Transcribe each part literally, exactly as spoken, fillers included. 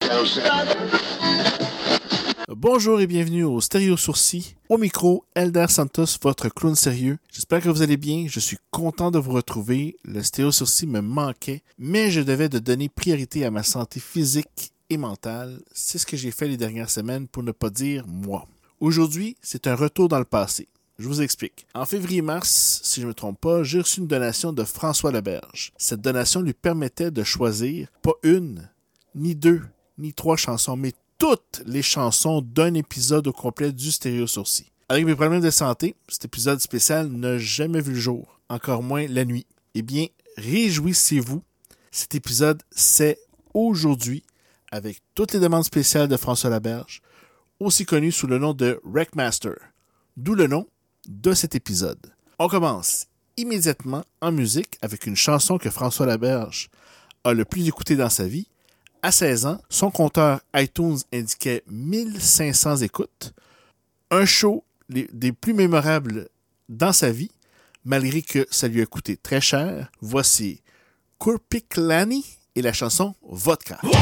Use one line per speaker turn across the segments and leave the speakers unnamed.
Bonjour et bienvenue au Stéréo Sourcil. Au micro, Elder Santos, votre clown sérieux. J'espère que vous allez bien. Je suis content de vous retrouver. Le Stéréo Sourcil me manquait, mais je devais de donner priorité à ma santé physique et mentale. C'est ce que j'ai fait les dernières semaines, pour ne pas dire moi. Aujourd'hui, c'est un retour dans le passé. Je vous explique. En février-mars, si je ne me trompe pas, j'ai reçu une donation de François Laberge. Cette donation lui permettait de choisir pas une, ni deux, ni trois chansons, mais toutes les chansons d'un épisode au complet du Stéréo Sourcil. Avec mes problèmes de santé, cet épisode spécial n'a jamais vu le jour, encore moins la nuit. Eh bien, réjouissez-vous, cet épisode, c'est aujourd'hui, avec toutes les demandes spéciales de François Laberge, aussi connu sous le nom de Wreckmaster, d'où le nom de cet épisode. On commence immédiatement en musique avec une chanson que François Laberge a le plus écoutée dans sa vie. À seize ans, son compteur iTunes indiquait mille cinq cents écoutes. Un show les, des plus mémorables dans sa vie, malgré que ça lui a coûté très cher. Voici Kurpiklani et la chanson Vodka. Vodka.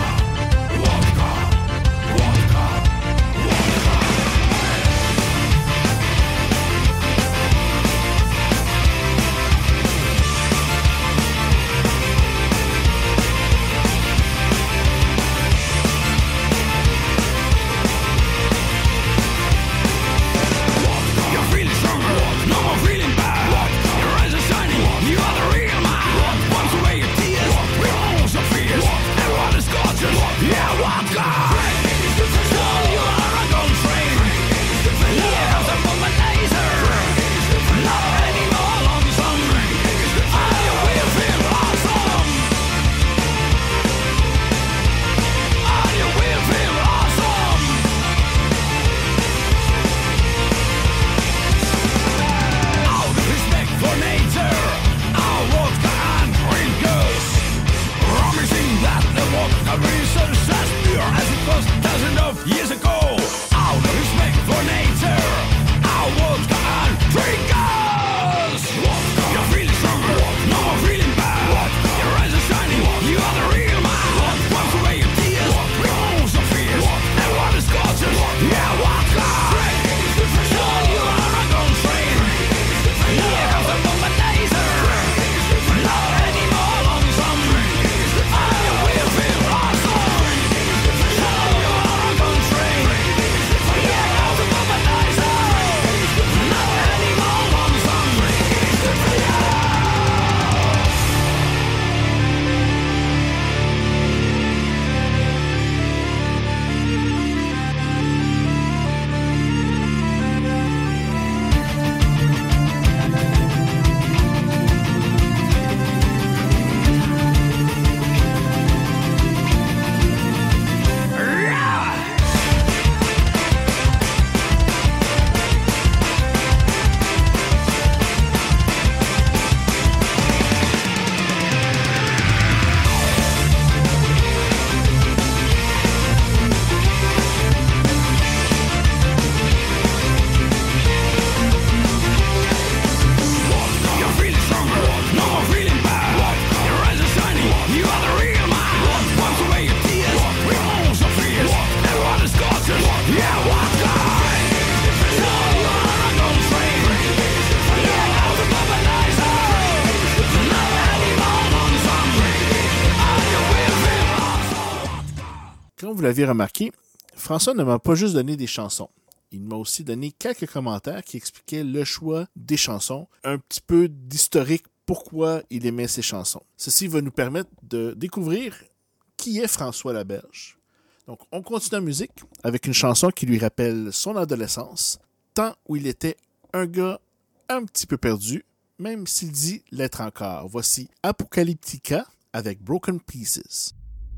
Comme vous l'avez remarqué, François ne m'a pas juste donné des chansons. Il m'a aussi donné quelques commentaires qui expliquaient le choix des chansons, un petit peu d'historique, pourquoi il aimait ces chansons. Ceci va nous permettre de découvrir qui est François Laberge. Donc, on continue en musique avec une chanson qui lui rappelle son adolescence, temps où il était un gars un petit peu perdu, même s'il dit l'être encore. Voici Apocalyptica avec Broken Pieces.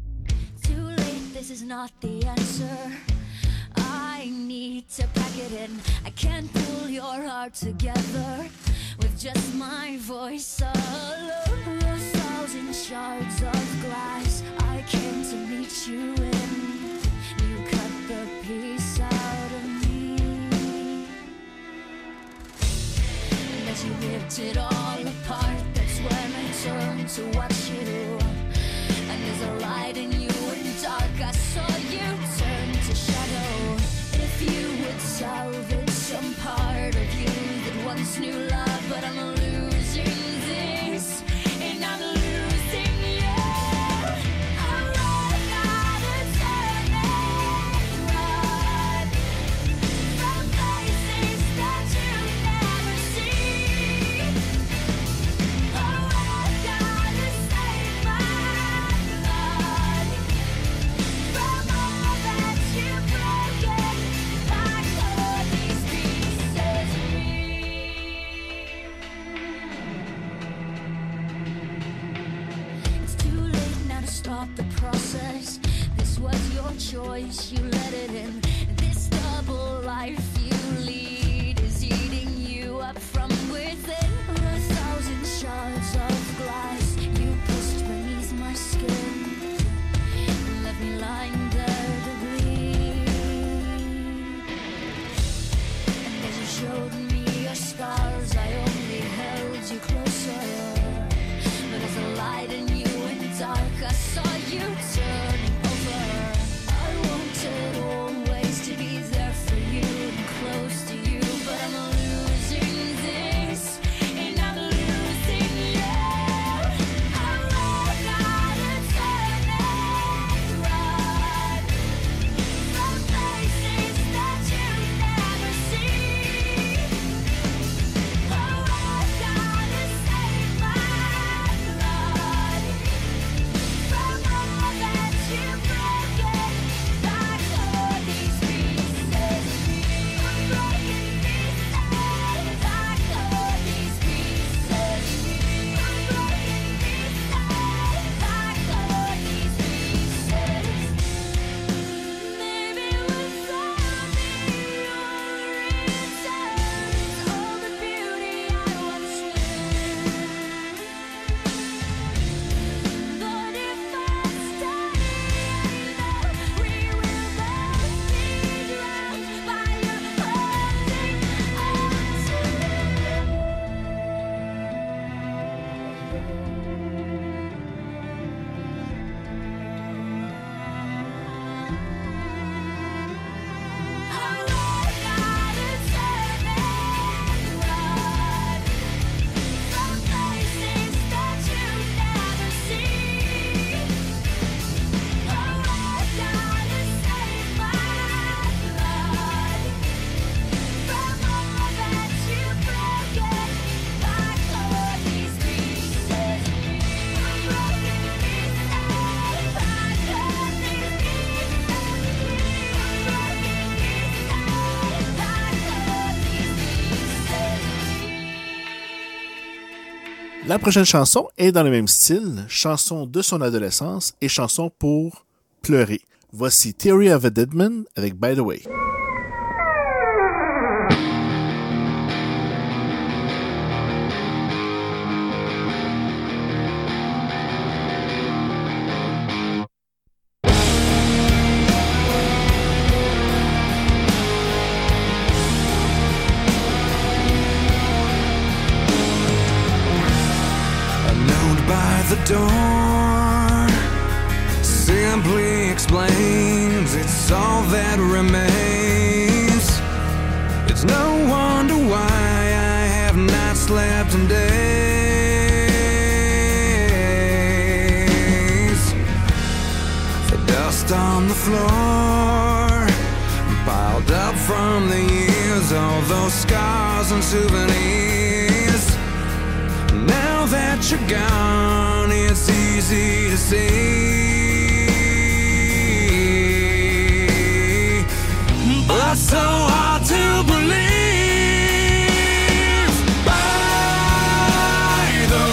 This is not the answer. I need to pack it in. I can't pull your heart together with just my voice alone. A thousand shards of glass I came to meet you in. You cut the piece out of me. And as you ripped it all apart, that's when I turned to watch you. And there's a light in you and dark I choice, you let it in. This double life you lead is eating you up from within. A thousand shards of glass you pushed beneath my skin and left me lying there to bleed. And as you showed me your scars, I only held you closer. But as the light in you went dark, I saw you turning over. I wanted always to be there for you and close to you, but I'm losing this and I'm losing you. I will not turn and run from places that you never see. Oh, I've gotta save my blood from all that you've broken. Back all these pieces, I'm broken pieces. Back all these pieces, I'm broken pieces. Back all these pieces. Maybe without me you'll return all the beauty I once knew. But if I stay, I know we will both be drowned by your holding I will gotta turn and run from places that you never see. Oh, I've gotta save my blood from all that you've broken. Back all these pieces, I'm broken pieces. Back all these pieces, I'm broken pieces. Back all these pieces.
La prochaine chanson est dans le même style, chanson de son adolescence et chanson pour pleurer. Voici Theory of a Deadman avec By the Way.
A note by the door simply explains it's all that remains. It's no wonder why I have not slept in days. The dust on the floor piled up from the years, all those scars and souvenirs. Now that you're gone, it's easy to see, but so hard to believe. By the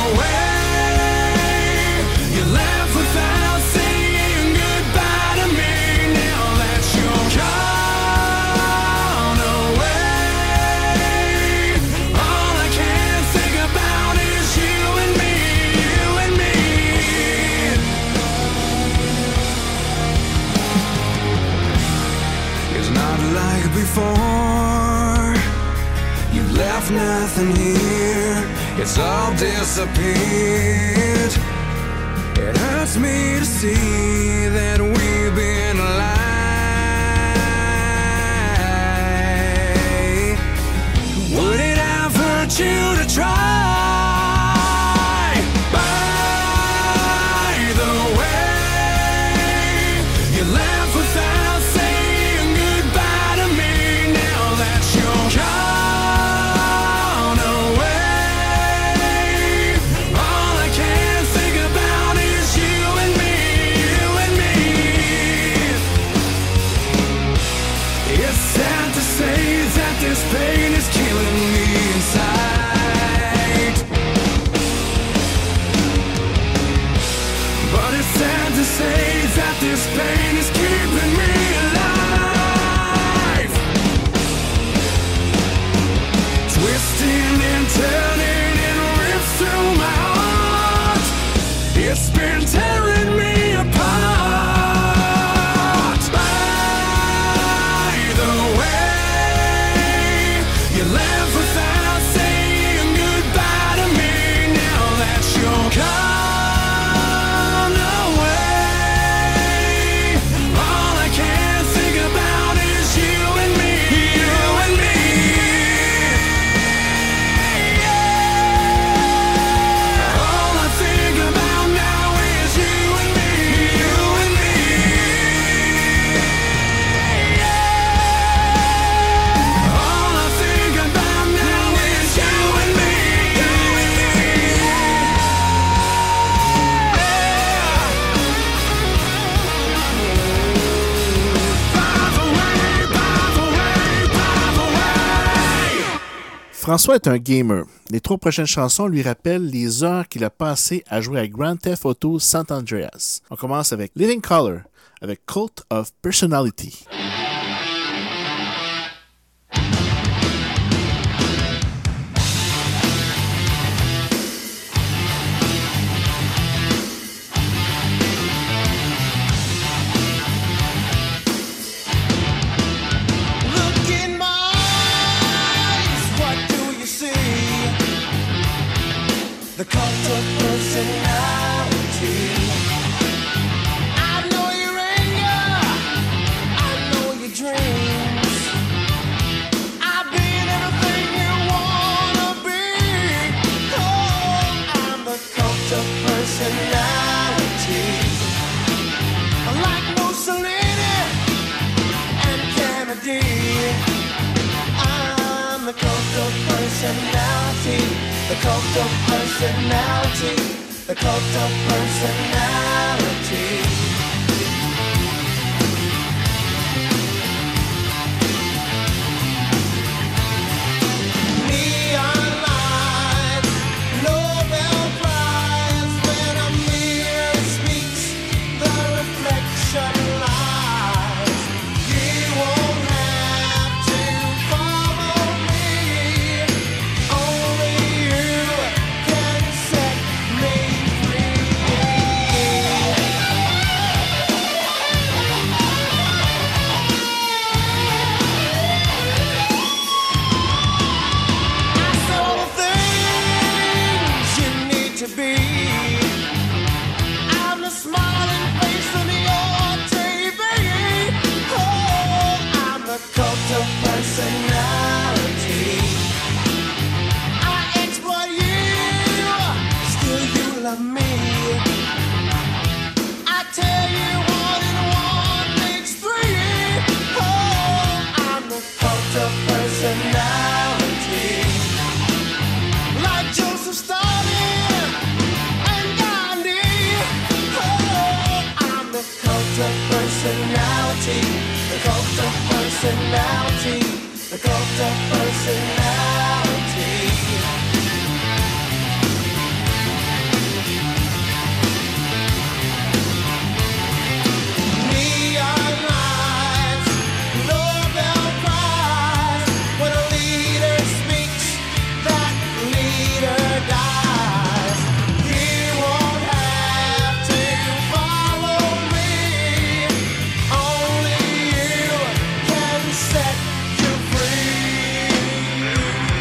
way, you left without saying goodbye to me. Now that you're gone away, all I can think about is you and me, you and me. It's not like before. You left nothing here. It's all disappeared. It hurts me to see that we've been alive. Would it have hurt you to try? By the way, you left without saying goodbye to me. Now that you're gone away, all I can think about is you and me, you and me. It's sad to say that this pain is killing me inside, but it's sad to say that this pain is killing
François est un gamer. Les trois prochaines chansons lui rappellent les heures qu'il a passées à jouer à Grand Theft Auto San Andreas. On commence avec Living Colour, avec Cult of Personality.
The cult of personality. I know your anger, I know your dreams. I've been everything you wanna be. Oh, I'm the cult of personality. Like Mussolini and Kennedy, I'm the cult of personality. The cult of personality, the cult of personality. Neon lights, Nobel Prize. When a mirror speaks, the reflection lies. You won't have to follow me. Only to be. I'm the smiling face on your T V. Oh, I'm the cult of personality. I exploit you, still you love me. I tell you one and one makes three. Oh, I'm the cult of personality. Like Joseph Stalin. The personality, the cult of personality, the cult of personality. Neon lights, Nobel Prize. When a leader speaks, that leader dies. You won't have to follow me. Only you can set you free.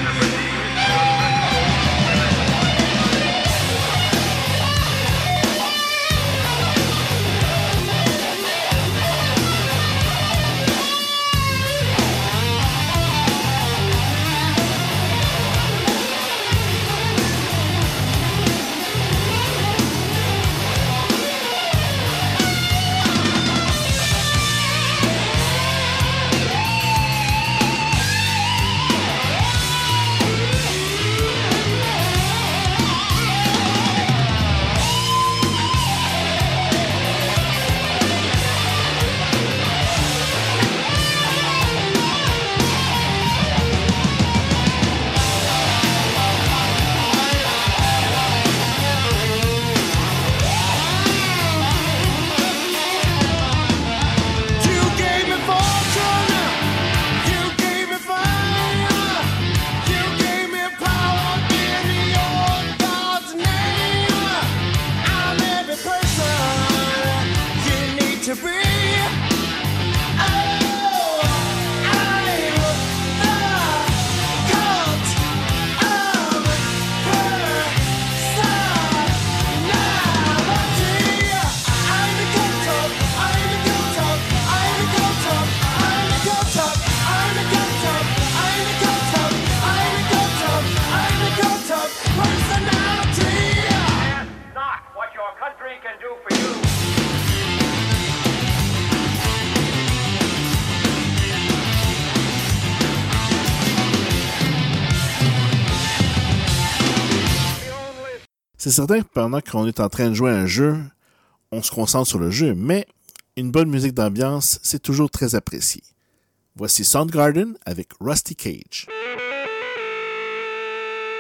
C'est certain que pendant qu'on est en train de jouer à un jeu, on se concentre sur le jeu, mais une bonne musique d'ambiance, c'est toujours très apprécié. Voici Soundgarden avec Rusty Cage.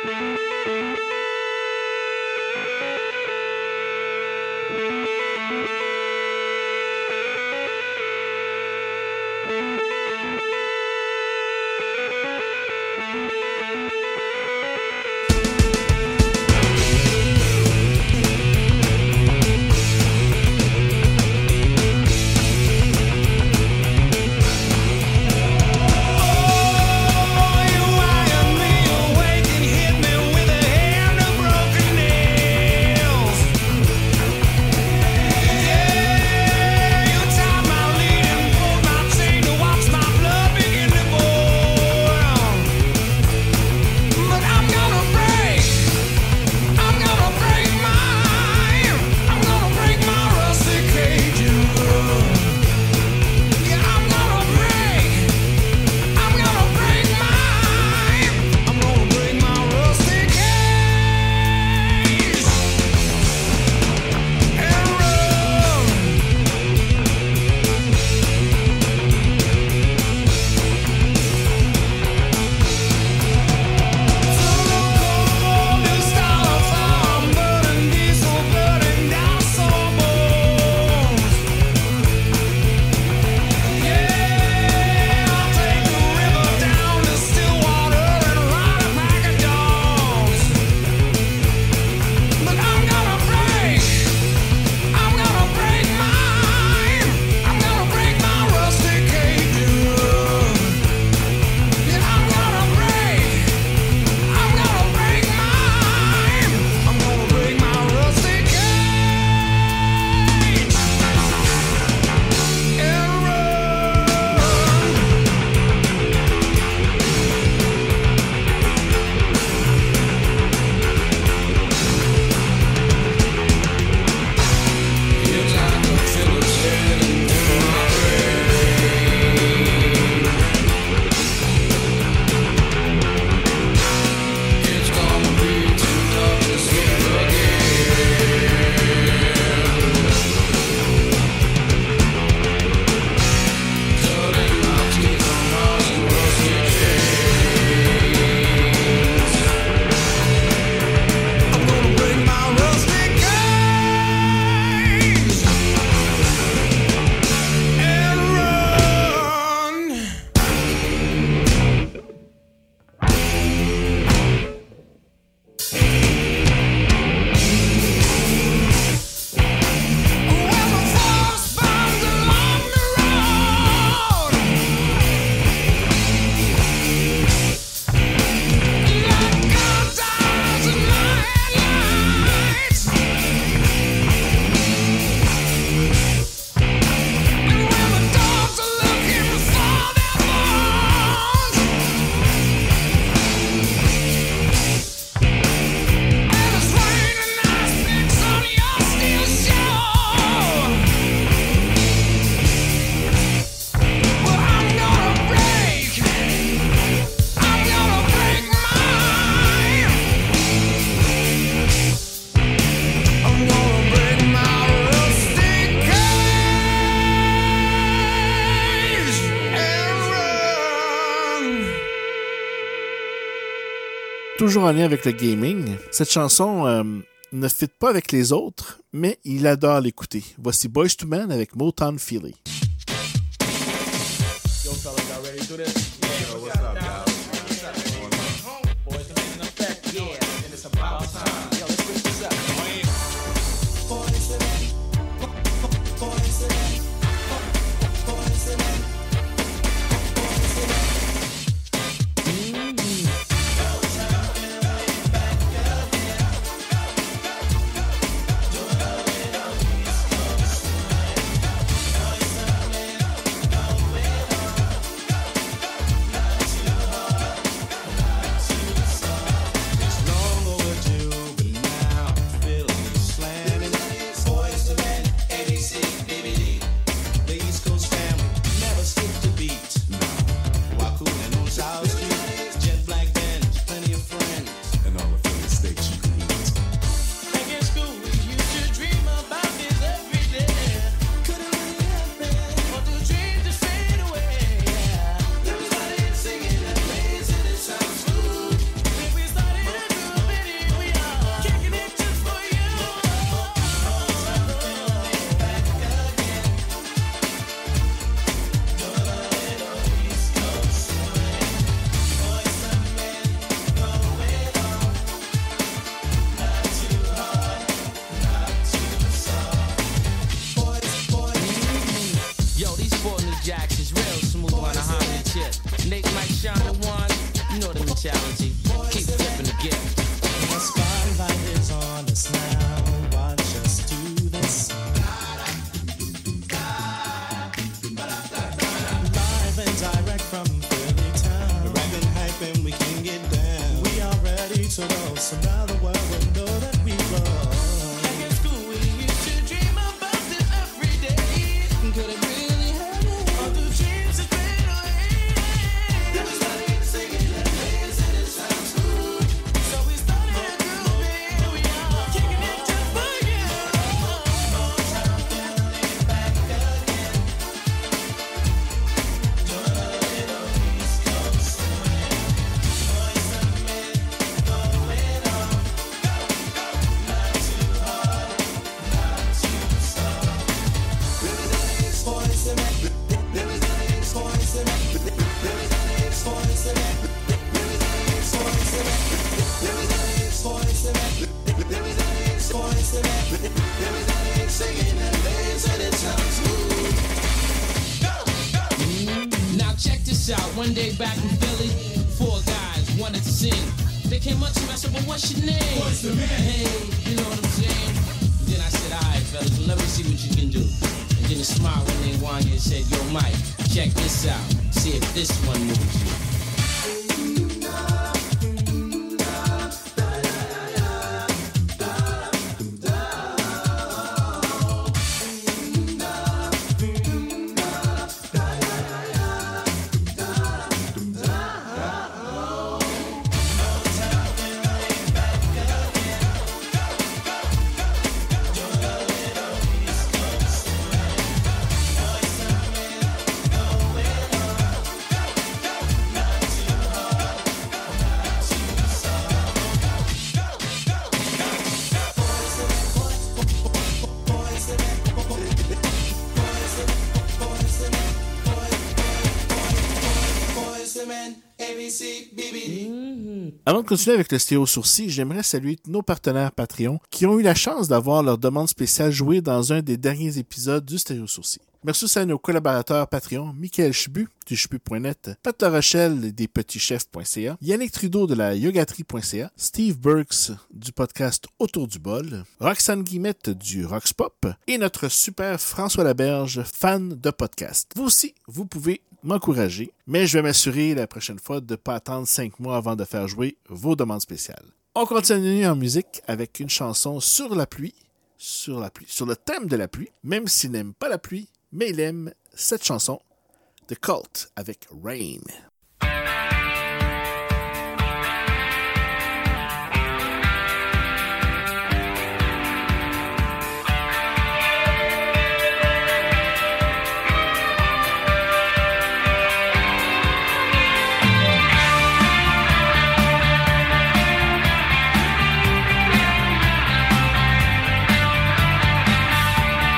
Toujours en lien avec le gaming, cette chanson euh, ne fit pas avec les autres, mais il adore l'écouter. Voici Boyz two Men avec Motown Philly.
Yo, fellas, y'all ready to do this? Yeah, yo, what's up, guys? What's up, man? Boys to Men in effect, yeah, and it's about time. Yo, let's switch this up. Boys to Men, Boys to Men, Boys to Men, Boys to Men. New Jacks is real smooth on a Harmony chip. Nate Mike Sean the one, you know the mentality. Keep flipping the gift.
The spotlight is on us now. Watch us do this. Live and direct from Philly town. We're rapping, hyping, we can get down. We are ready to roll, so now the world will know that we roll. Back in school, we used to dream about it every day. Could it really happen? All the dreams have been away. Then we started singing and dancing, it sounds good. So we started grooving, here we are, kicking it just for you. Motown family back again. Joining on East Coast swing. Boys and men going on. Go, go, not too hard, not too soft. Boys and men, boys and men, boys and men.
Now check this out. One day back in Philly, four guys wanted to sing. They came up to me, I said, well, what's your name? What's the man? Hey, you know what I'm saying? And then I said, all right, fellas, well, let me see what you can do. And then he smiled when they wanted and said, yo, Mike, check this out. See if this one moves you.
Avant de continuer avec le stéréo sourcil, j'aimerais saluer nos partenaires Patreon qui ont eu la chance d'avoir leur demande spéciale jouée dans un des derniers épisodes du stéréo sourcil. Merci aussi à nos collaborateurs Patreon, Michael Chbu du chbu point net, Pat La Rochelle des petits chefs point c a, Yannick Trudeau de la yogaterie point c a, Steve Burks du podcast Autour du bol, Roxane Guillemette du Roxpop et notre super François Laberge, fan de podcast. Vous aussi, vous pouvez m'encourager, mais je vais m'assurer la prochaine fois de ne pas attendre cinq mois avant de faire jouer vos demandes spéciales. On continue en musique avec une chanson sur la pluie, sur la pluie, sur le thème de la pluie, même s'il n'aime pas la pluie, mais il aime cette chanson, The Cult avec Rain.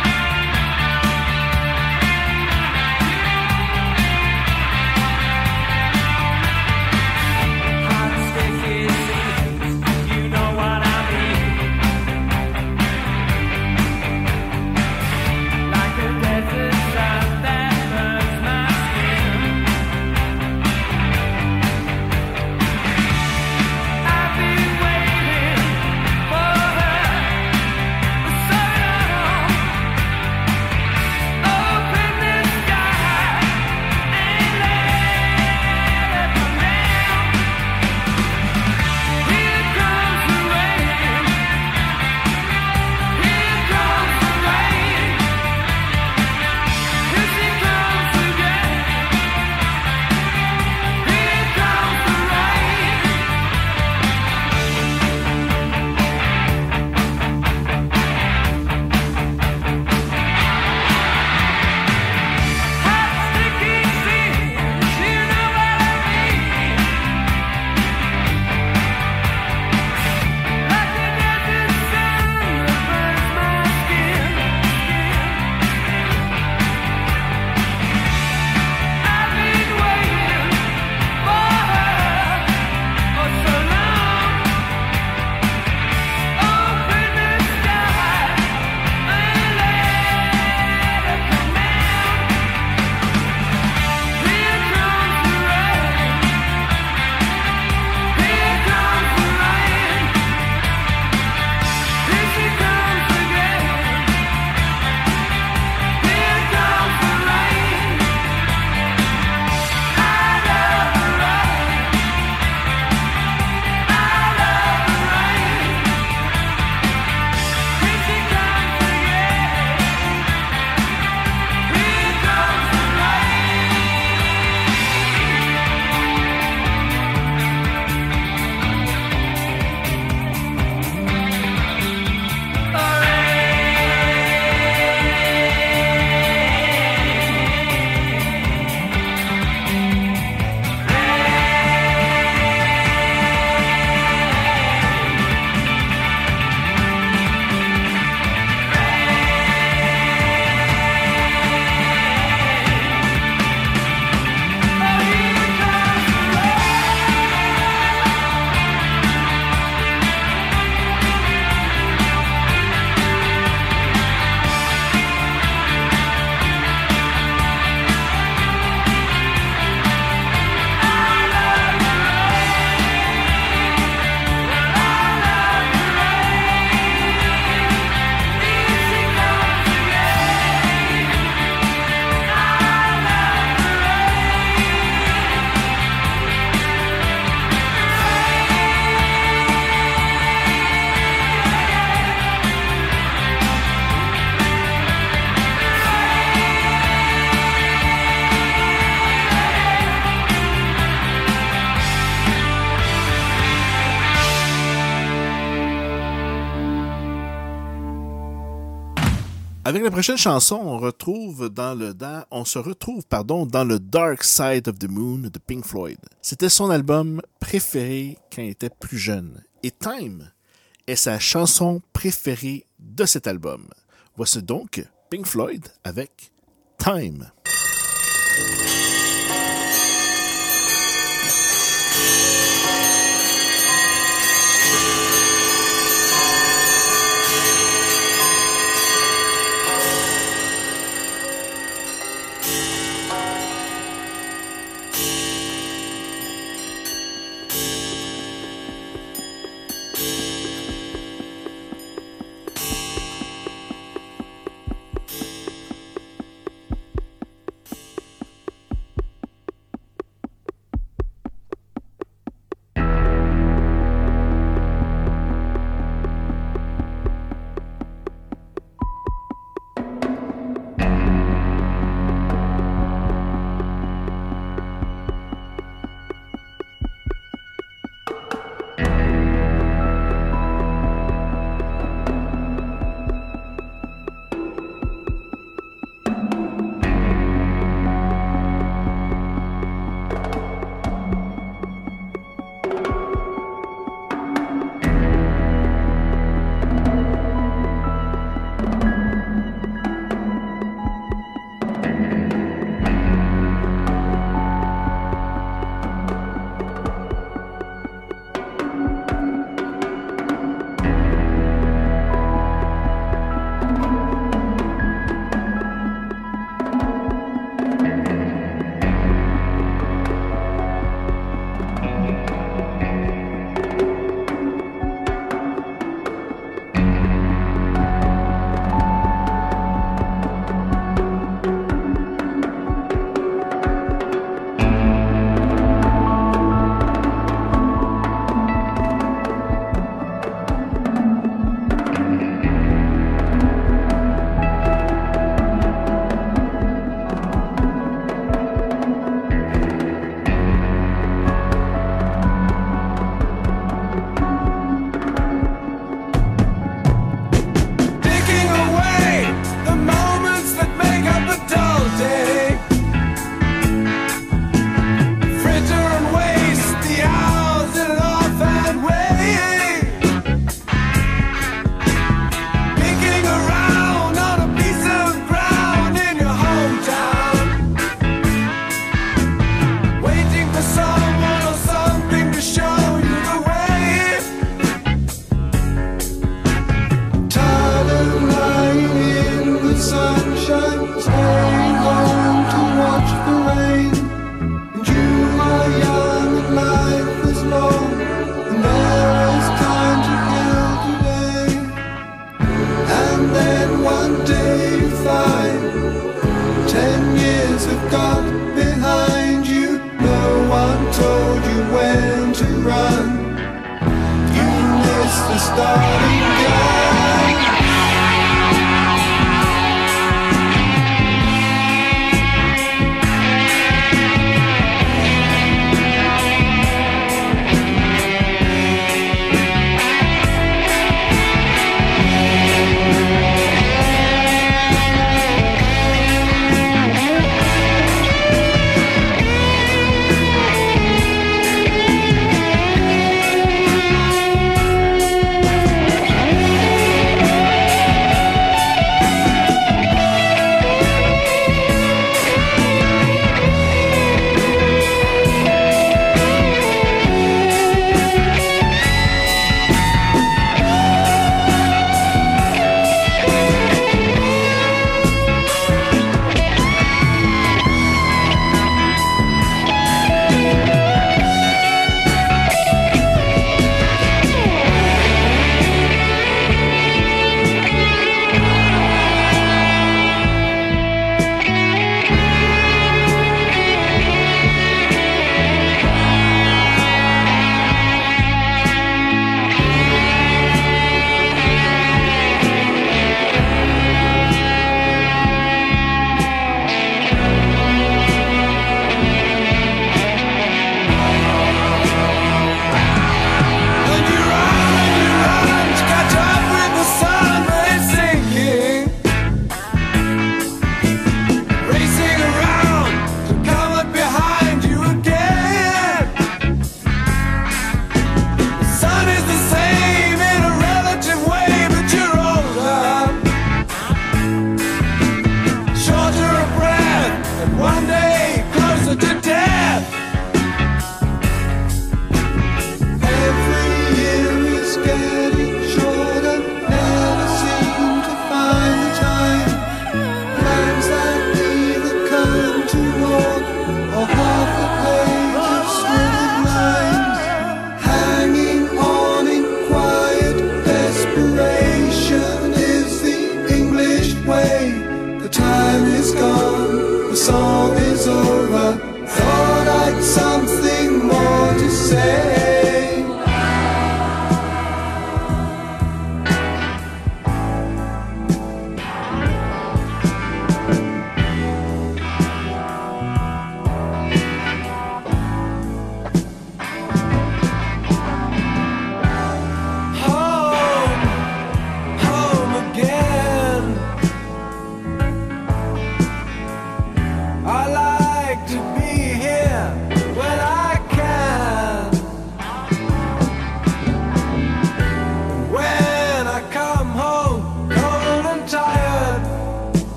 Thank
Avec la prochaine chanson, on retrouve dans le dans, on se retrouve pardon dans le Dark Side of the Moon de Pink Floyd. C'était son album préféré quand il était plus jeune. Et Time est sa chanson préférée de cet album. Voici donc Pink Floyd avec Time.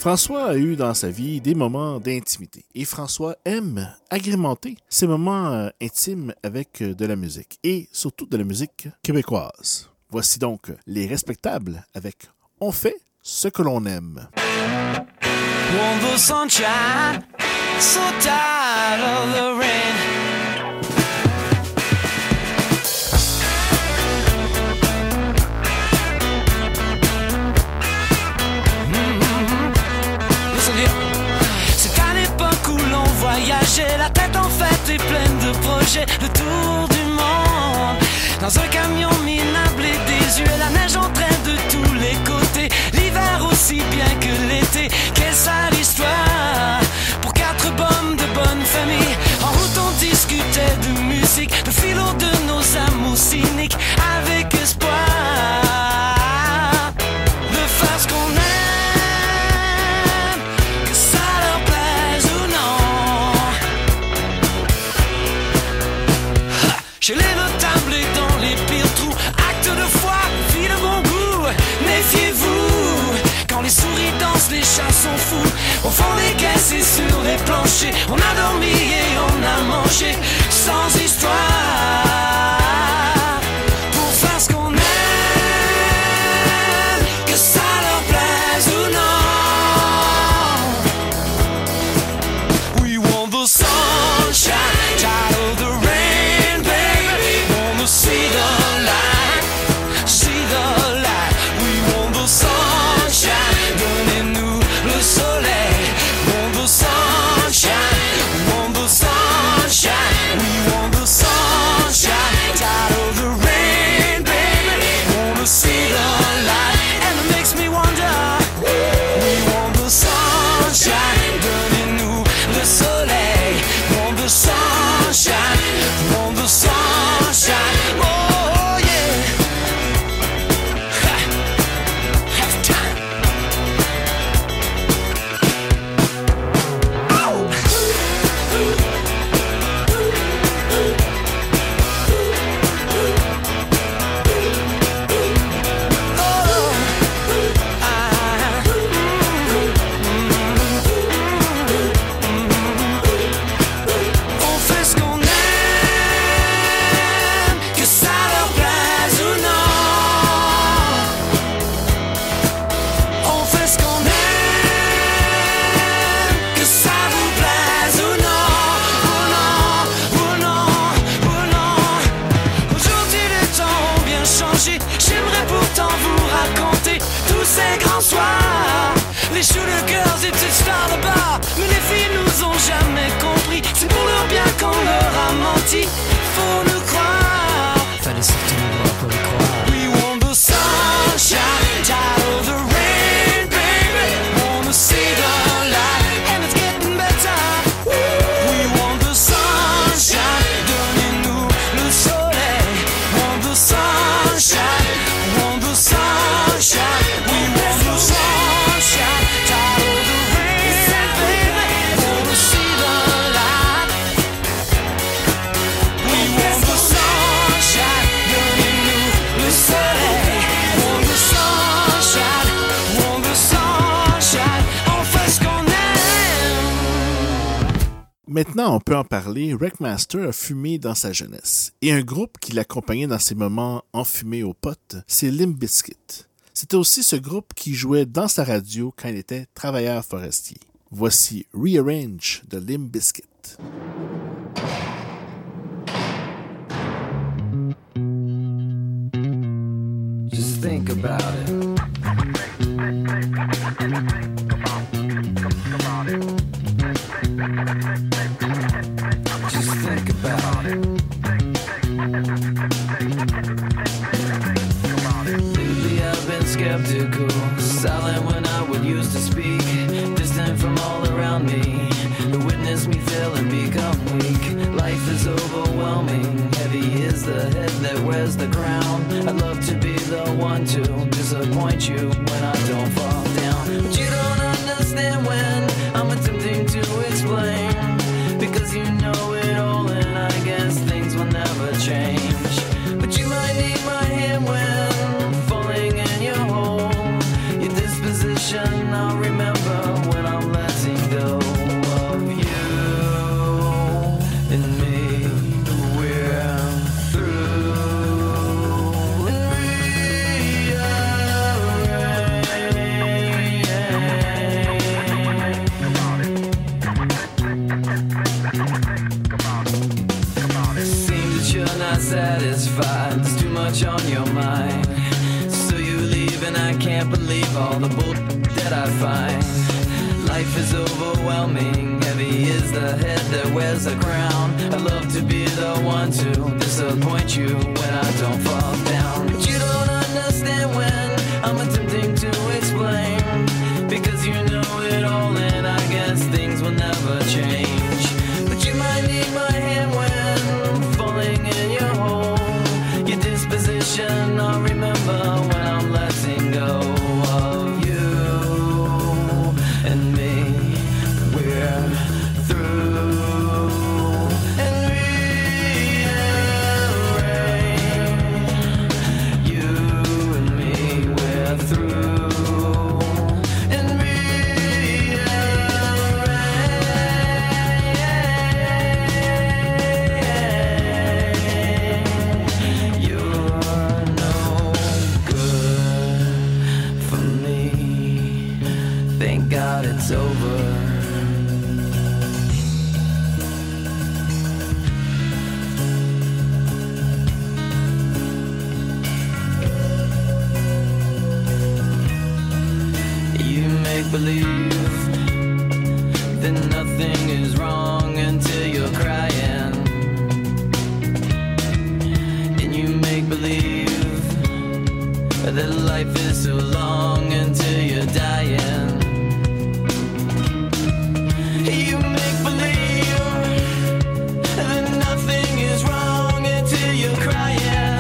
François a eu dans sa vie des moments d'intimité et François aime agrémenter ces moments euh, intimes avec euh, de la musique et surtout de la musique québécoise. Voici donc Les Respectables avec On fait ce que l'on aime.
Want the sunshine, so tired of the rain. Mm-hmm. Listen here. C'est qu'à l'époque où l'on voyageait, la tête en fait est pleine de projets, le tour du monde. Dans un camion minable et désuet, la neige en train de tous les côtés, l'hiver aussi bien que l'été. Quelle sale histoire pour quatre bombes de bonne famille. En route on discutait de musique, le filon de nos amours cyniques, avec espoir de faire ce qu'on aime, que ça leur plaise ou non. Ha, chez les notables et dans les pires trous, acte de foi, vie de bon goût. Méfiez-vous, quand les souris dansent, les chats sont fous. Au fond des caisses et sur les planchers, on a dormi et on a mangé sans histoire, pour faire ce qu'on aime, que ça leur plaise ou non. We want the sunshine, tired of the rain, baby. Wanna see the light, see the light. We want the sunshine, donnez-nous le soleil. Want the sunshine, want the sunshine. We want the sunshine, tired of the rain, baby. Wanna see the light, and it makes me wonder. We want the sunshine, donnez-nous le soleil. Want the sunshine, want the sunshine. Oh yeah. Ha. Have time. Oh. On fait ce qu'on aime, que ça leur plaise ou non. On fait ce qu'on aime, que ça vous plaise ou non. Ou non, ou non, ou non. Aujourd'hui les temps ont bien changé. J'aimerais pourtant vous raconter tous ces grands soirs, les shooter girls et petites stars de bar. Mais les filles nous ont jamais compris, c'est pour leur bien qu'on leur a menti. Faut nous croire, fallait surtout nous voir pour le croire. We want the sunshine, tired of the rain, baby. Wanna see the light, and it's getting better. We want the sunshine, donnez-nous le soleil. Want the sunshine, want the sunshine. We want the sunshine, tired of the rain, baby. Wanna see the light. We want the sunshine, donnez-nous le soleil. Want the sunshine, want the sunshine. On fait ce qu'on aime.
Maintenant, on peut en parler, Wreckmaster a fumé dans sa jeunesse. Et un groupe qui l'accompagnait dans ses moments enfumés aux potes, c'est Limp Bizkit. C'était aussi ce groupe qui jouait dans sa radio quand il était travailleur forestier. Voici Rearrange de Limp Bizkit.
Just think about it. Just think about it. Lately I've been skeptical, silent when I would used to speak, distant from all around me, to witness me fail and become weak. Life is overwhelming, heavy is the head that wears the crown. I'd love to be the one to disappoint you when I don't fall down, but you don't understand when I'm attempting to explain, because you know it all and I guess things will never change. But you might need my hand when falling in your hole. Your disposition I'll remember much on your mind. So you leave and I can't believe all the bull that I find. Life is overwhelming, heavy is the head that wears the crown. I love to be the one to disappoint you when I don't fall down. But you don't understand when I'm attempting to explain, because you know it all and I guess things will never change. But you might need my hand when falling in your hole. Your disposition I'll remember when I'm letting go of you and me. We're through and rearrange. You and me, we're through and rearrange. You're no good for me. Thank God it's over. You make believe that nothing is wrong until you're crying, and you make believe that life is so long until you're dying. You make believe that nothing is wrong until you're crying.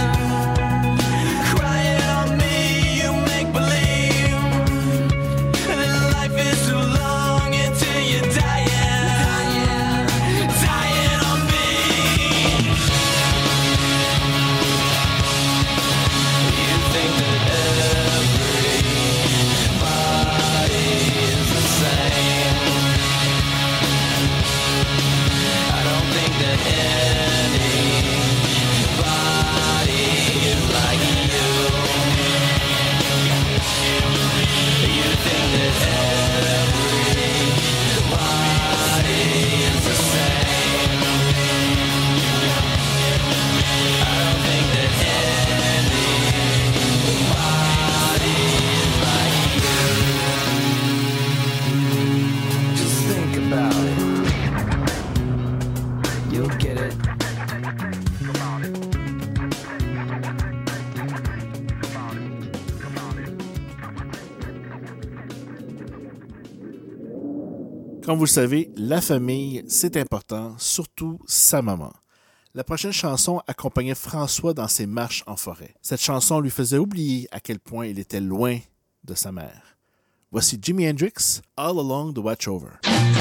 Crying on me, you make believe that life is so long until you're dying. Dying on me. You think that everybody is the same. I don't think that anybody is like you. You think that everybody is the same. I don't think that anybody is like you. Just think about it. You'll get it.
Comme vous le savez, la famille, c'est important, surtout sa maman. La prochaine chanson accompagnait François dans ses marches en forêt. Cette chanson lui faisait oublier à quel point il était loin de sa mère. Voici Jimi Hendrix, All Along the Watchover.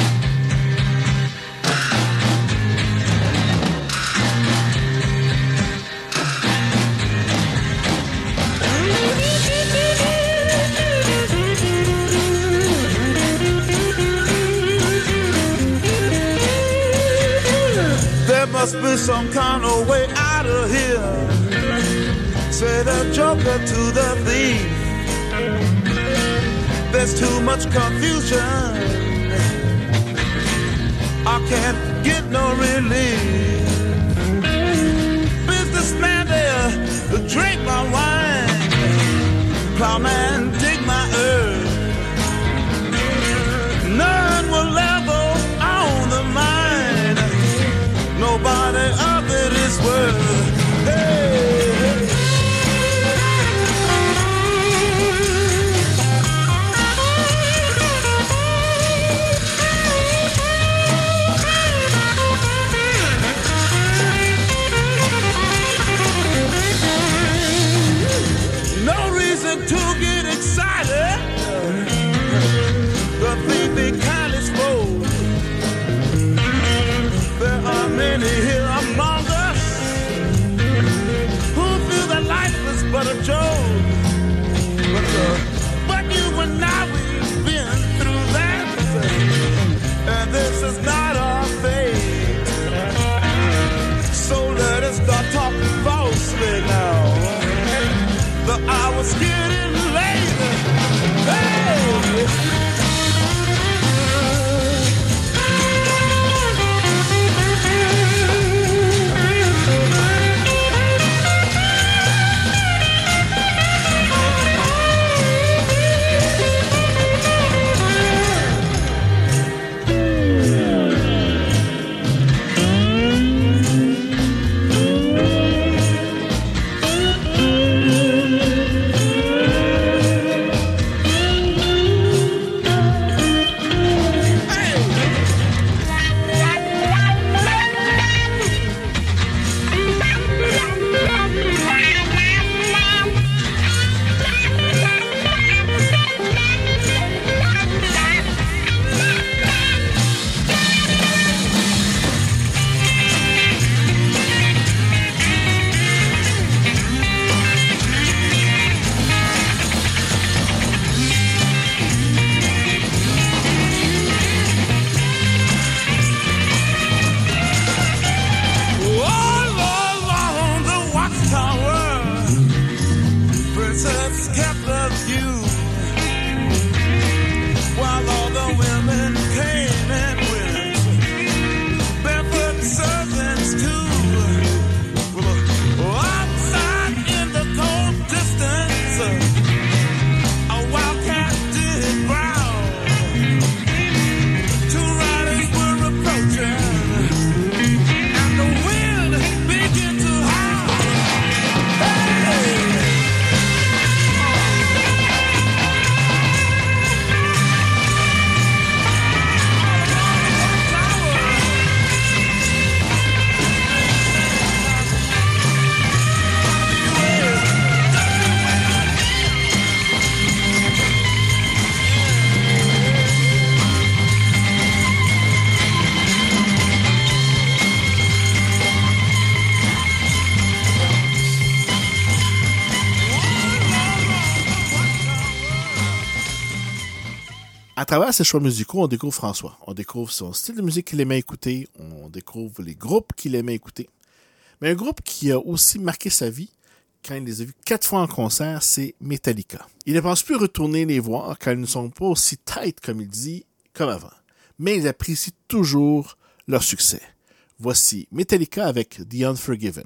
There must be some kind of way out of here, said the joker to the thief. There's too much confusion, I can't get no relief. Businessman there, drink my wine. Plowman, dig my earth. None will ever own the mine. Nobody of it is worth. Hey, hey. No reason to get excited. The thief be kindly spoke. There are many here among us who feel that life is but a joke. But, uh, but you and I, we've been through that, and this is not our fate. So let us start talking falsely now. The hour's getting late. Hey!
travers ses choix musicaux, on découvre François. On découvre son style de musique qu'il aimait écouter. On découvre les groupes qu'il aimait écouter. Mais un groupe qui a aussi marqué sa vie, quand il les a vus quatre fois en concert, c'est Metallica. Il ne pense plus retourner les voir car ils ne sont pas aussi tight, comme il dit, comme avant. Mais il apprécie toujours leur succès. Voici Metallica avec The Unforgiven.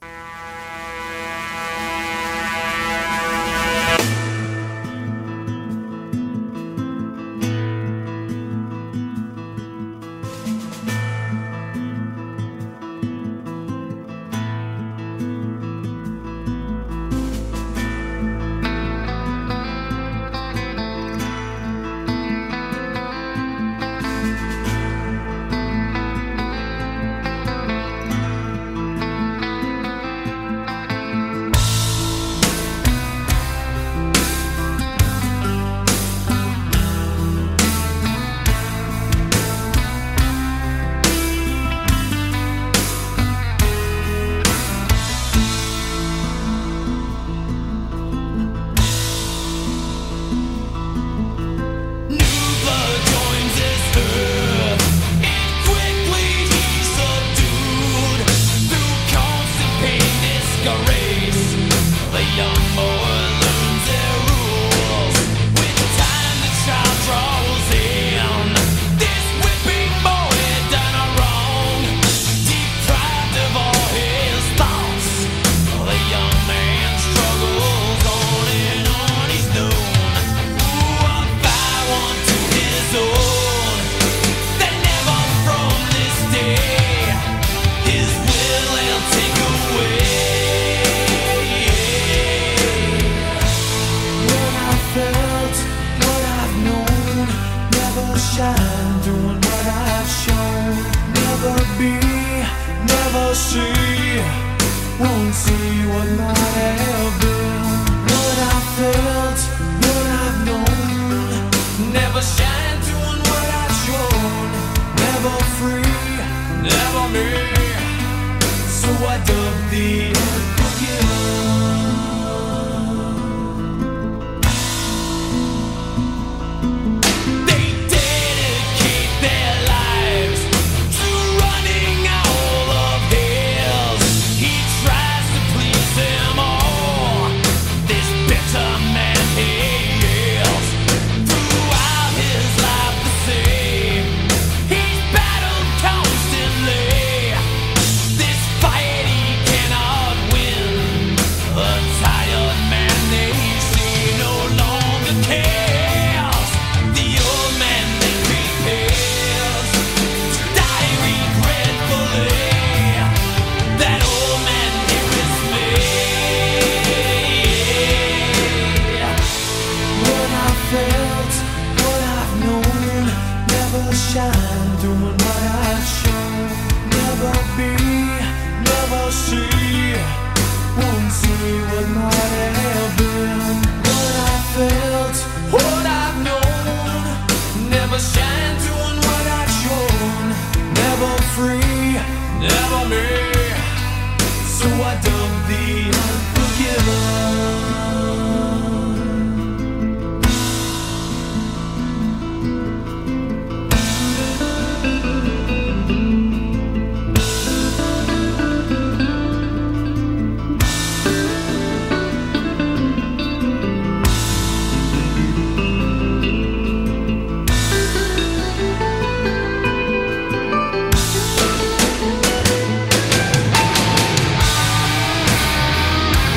Thank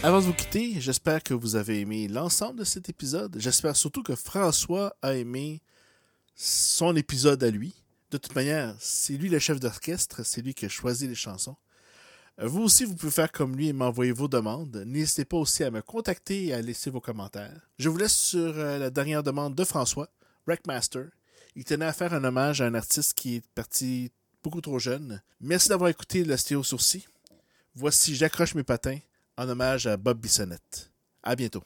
Avant de vous quitter, j'espère que vous avez aimé l'ensemble de cet épisode. J'espère surtout que François a aimé son épisode à lui. De toute manière, c'est lui le chef d'orchestre, c'est lui qui a choisi les chansons. Vous aussi, vous pouvez faire comme lui et m'envoyer vos demandes. N'hésitez pas aussi à me contacter et à laisser vos commentaires. Je vous laisse sur euh, la dernière demande de François, Wreckmaster. Il tenait à faire un hommage à un artiste qui est parti beaucoup trop jeune. Merci d'avoir écouté le Stéréo Sourcil. Voici J'accroche mes patins en hommage à Bob Bissonnette. À bientôt.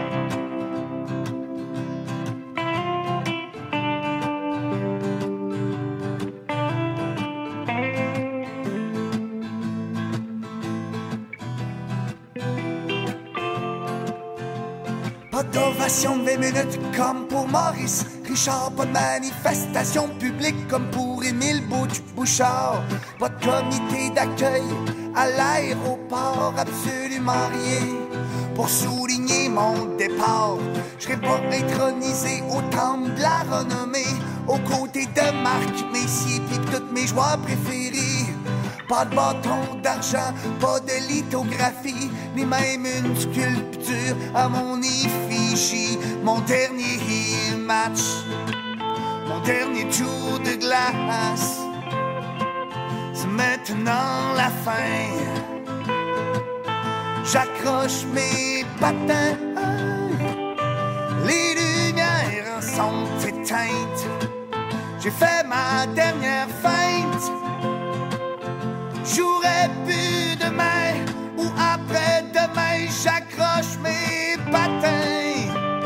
Pas d'ovation de vingt minutes comme pour Maurice Richard, pas de manifestation publique comme pour Émile Bouch- Bouchard. Pas de comité d'accueil à l'aéroport, absolument rien pour souligner mon départ. Je serai pas intronisé au temple de la renommée, aux côtés de Marc Messier pis de tous mes joueurs préférés. Pas de bâton d'argent, pas de lithographie, ni même une sculpture à mon effigie. Mon dernier match, mon dernier tour de glace, c'est maintenant la fin. J'accroche mes patins, les lumières sont éteintes. J'ai fait ma dernière feinte. J'aurais pu demain ou après-demain, j'accroche mes patins.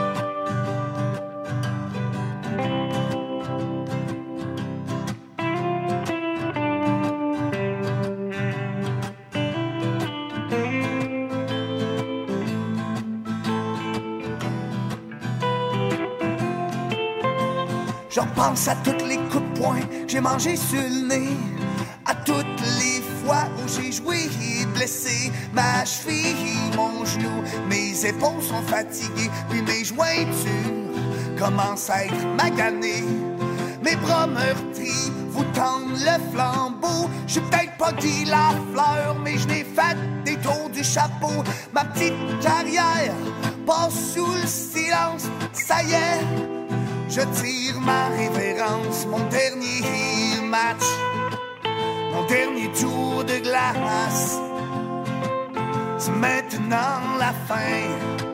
Je pense à toutes les coups de poing que j'ai mangé sur le nez, à toutes les fois où j'ai joué et blessé ma cheville, mon genou, mes épaules sont fatiguées, puis mes jointures commencent à être maganées. Mes bras meurtris vous tendent le flambeau. J'suis peut-être pas dit la fleur, mais je n'ai fait des tours du chapeau. Ma petite carrière passe sous le silence, ça y est, je tire ma révérence. Mon dernier match, mon dernier tour de glace, c'est maintenant la fin.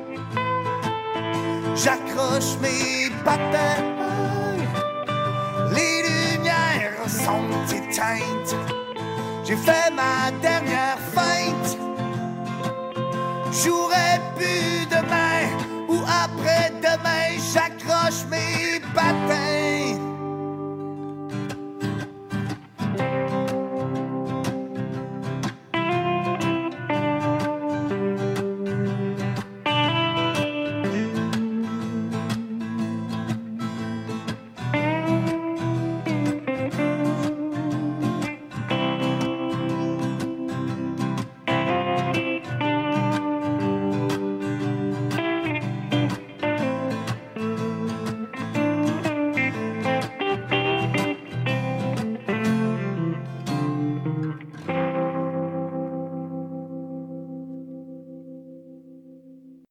J'accroche mes patins, les lumières sont éteintes. J'ai fait ma dernière feinte. J'aurais pu demain